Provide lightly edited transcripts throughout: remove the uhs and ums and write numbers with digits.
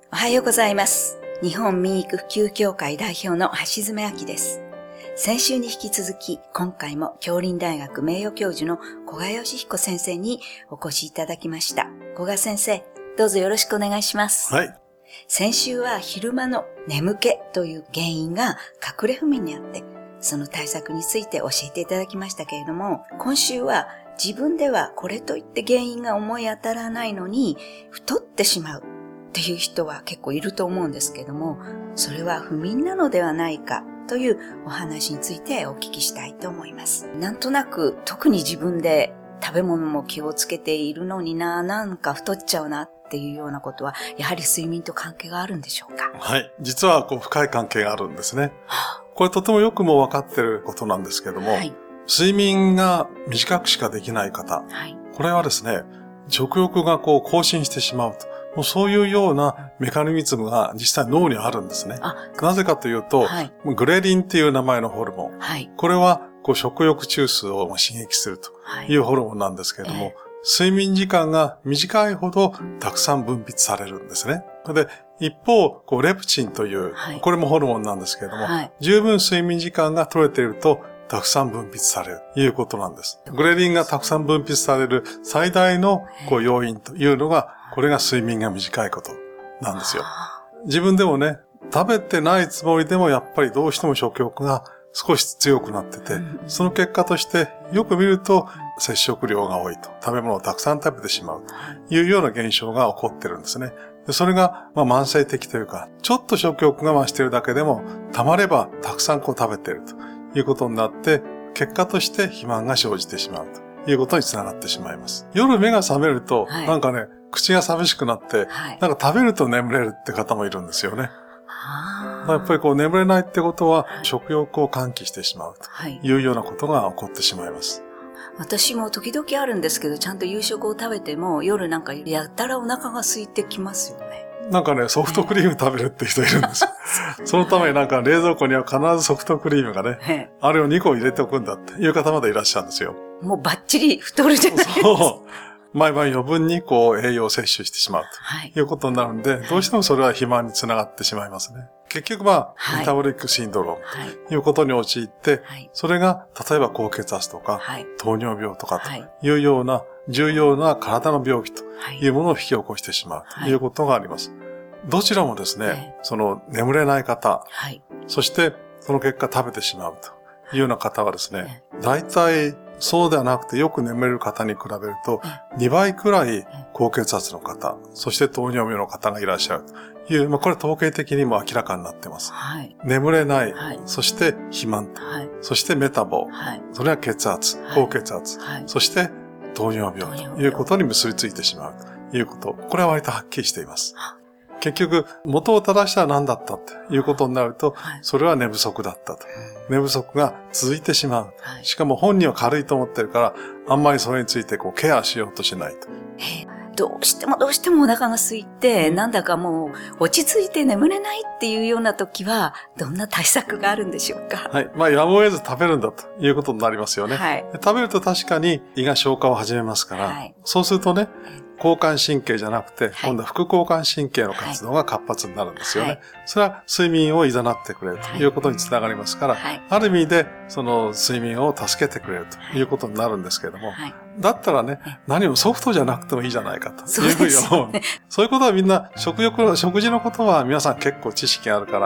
おはようございます。日本民育普及協会代表の橋爪明です。先週に引き続き、今回も杏林大学名誉教授の古賀義彦先生にお越しいただきました。古賀先生、どうぞよろしくお願いします。 はい。 先週は昼間の眠気という原因が隠れ不眠にあって、その対策について教えていただきましたけれども、今週は自分ではこれといって原因が思い当たらないのに太ってしまうっていう人は結構いると思うんですけども、それは不眠なのではないかというお話についてお聞きしたいと思います。なんとなく特に自分で食べ物も気をつけているのになんか太っちゃうなっていうようなことはやはり睡眠と関係があるんでしょうか？ はい。実は深い関係があるんですね。これとてもよくも分かっていることなんですけども、はい、睡眠が短くしかできない方、はい、これはですね、食欲が更新してしまうと。もうそういうようなメカニズムが実際脳にあるんですね。なぜかというと、はい、グレリンっていう名前のホルモン。はい、これは食欲中枢を刺激するというホルモンなんですけれども、睡眠時間が短いほどたくさん分泌されるんですね。で、一方、レプチンという、これもホルモンなんですけれども、十分睡眠時間が取れているとたくさん分泌されるということなんです。グレリンがたくさん分泌される最大の要因というのが、これが睡眠が短いことなんですよ。自分でもね、食べてないつもりでもやっぱりどうしても食欲が少し強くなってて、その結果としてよく見ると摂食量が多いと、食べ物をたくさん食べてしまうというような現象が起こってるんですね。でそれが慢性的というか、ちょっと食欲が増しているだけでも、溜まればたくさん食べているということになって、結果として肥満が生じてしまうということにつながってしまいます。夜目が覚めると、なんかね、口が寂しくなって、なんか食べると眠れるって方もいるんですよね。やっぱり眠れないってことは、食欲を喚起してしまうというようなことが起こってしまいます。 私も時々あるんですけど、ちゃんと夕食を食べても、夜なんかやったらお腹が空いてきますよね。 なんかね、ソフトクリーム食べるって人いるんですよ。そのためになんか冷蔵庫には必ずソフトクリームがね、あれを2個入れておくんだっていう方までいらっしゃるんですよ。 もうバッチリ太るじゃないですか。 そう。毎晩余分に栄養を摂取してしまうということになるんで、どうしてもそれは肥満につながってしまいますね。結局メタボリックシンドロームということに陥って、それが例えば高血圧とか、糖尿病とかというような重要な体の病気というものを引き起こしてしまうということがあります。どちらもですね、眠れない方、そしてその結果食べてしまうというような方はですね、大体そうではなくてよく眠れる方に比べると2倍くらい高血圧の方、そして糖尿病の方がいらっしゃるという、これ統計的にも明らかになってます。眠れない、そして肥満、そしてメタボ、それは血圧、高血圧、そして糖尿病ということに結びついてしまうということ。これは割とはっきりしています。結局、元を正したら何だったということになると、それは寝不足だったと。寝不足が続いてしまう。しかも本人は軽いと思ってるから、あんまりそれについてケアしようとしないと。 どうしてもお腹が空いて、なんだかもう落ち着いて眠れないっていうような時は、どんな対策があるんでしょうか？ はい。やむを得ず食べるんだということになりますよね。食べると確かに胃が消化を始めますから、そうするとね、交感神経じゃなくて、今度は副交感神経の活動が活発になるんですよね。それは睡眠を誘ってくれるということにつながりますから、ある意味でその睡眠を助けてくれるということになるんですけれども、だったらね、何もソフトじゃなくてもいいじゃないかというふうに思う。そういうことはみんな食事のことは皆さん結構知識があるから、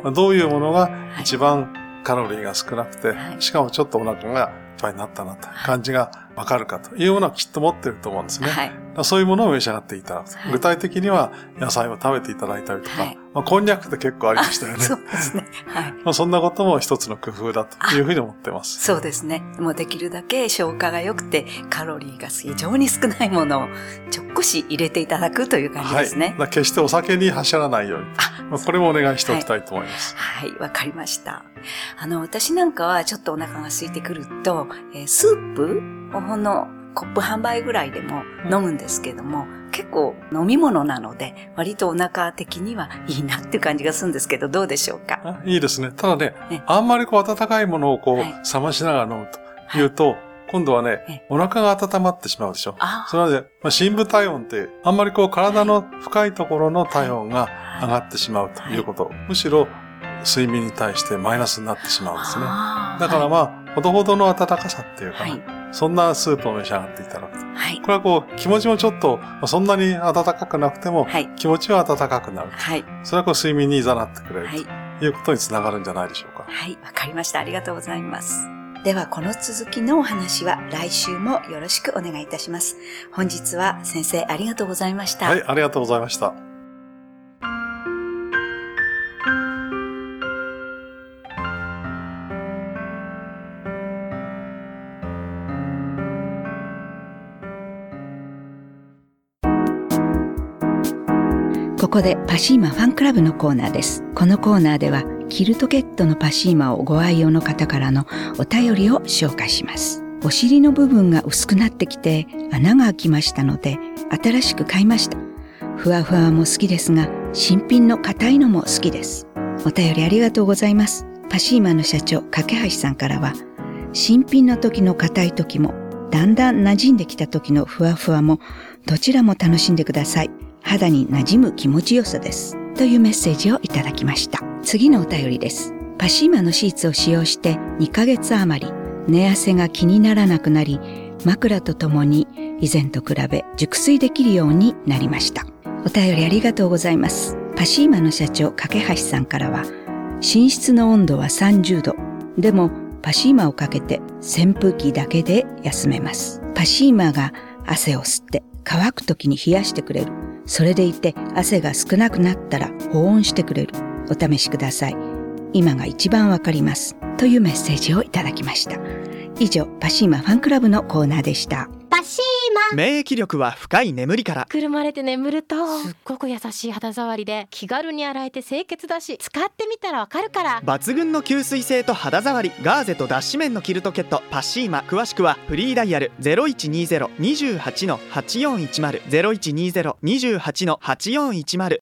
どういうものが一番カロリーが少なくて、しかもちょっとお腹がいっぱいになったなという感じがわかるかというものはきっと持ってると思うんですね。そういうものを召し上がっていただく。具体的には野菜を食べていただいたりとか、こんにゃくって結構ありましたよね。 そうですね。 そんなことも一つの工夫だというふうに思ってます。 そうですね。もうできるだけ消化が良くてカロリーが非常に少ないものをちょっこし入れていただくという感じですね。 決してお酒に走らないように。これもお願いしておきたいと思います。 はい、わかりました。私なんかはちょっとお腹が空いてくると、スープをほんのコップ半杯ぐらいでも飲むんですけども、結構飲み物なので割とお腹的にはいいなっていう感じがするんですけど、どうでしょうか？ いいですね。ただね、あんまり温かいものを冷ましながら飲むというと、 今度はね、お腹が温まってしまうでしょ。それなので、深部体温って、あんまり体の深いところの体温が上がってしまうということ。むしろ、睡眠に対してマイナスになってしまうんですね。だからほどほどの温かさっていうか、そんなスープを召し上がっていただくと。これは気持ちもちょっと、そんなに温かくなくても、気持ちは温かくなる。それは睡眠に誘ってくれるということにつながるんじゃないでしょうか。 はい、わかりました。ありがとうございます。では、この続きのお話は来週もよろしくお願いいたします。本日は先生ありがとうございました。 はい、ありがとうございました。 ここでパシーマファンクラブのコーナーです。このコーナーではキルトケットのパシーマをご愛用の方からのお便りを紹介します。お尻の部分が薄くなってきて穴が開きましたので新しく買いました。ふわふわも好きですが新品の硬いのも好きです。お便りありがとうございます。パシーマの社長架橋さんからは新品の時の硬い時もだんだん馴染んできた時のふわふわもどちらも楽しんでください。肌に馴染む気持ちよさです。というメッセージをいただきました。次のお便りです。パシーマのシーツを使用して2ヶ月余り、寝汗が気にならなくなり、枕とともに以前と比べ熟睡できるようになりました。お便りありがとうございます。パシーマの社長架橋さんからは、寝室の温度は30度。でもパシーマをかけて扇風機だけで休めます。パシーマが汗を吸って乾く時に冷やしてくれる。それでいて汗が少なくなったら保温してくれる。お試しください。今が一番わかります。というメッセージをいただきました。以上、パシーマファンクラブのコーナーでした。 パシーマ。 免疫力は深い眠りから。 くるまれて眠るとすっごく優しい肌触りで気軽に洗えて清潔だし、使ってみたらわかるから。 抜群の吸水性と肌触り、ガーゼと脱脂綿のキルトケットパシーマ。詳しくはフリーダイヤル 0120-28-8410 0120-28-8410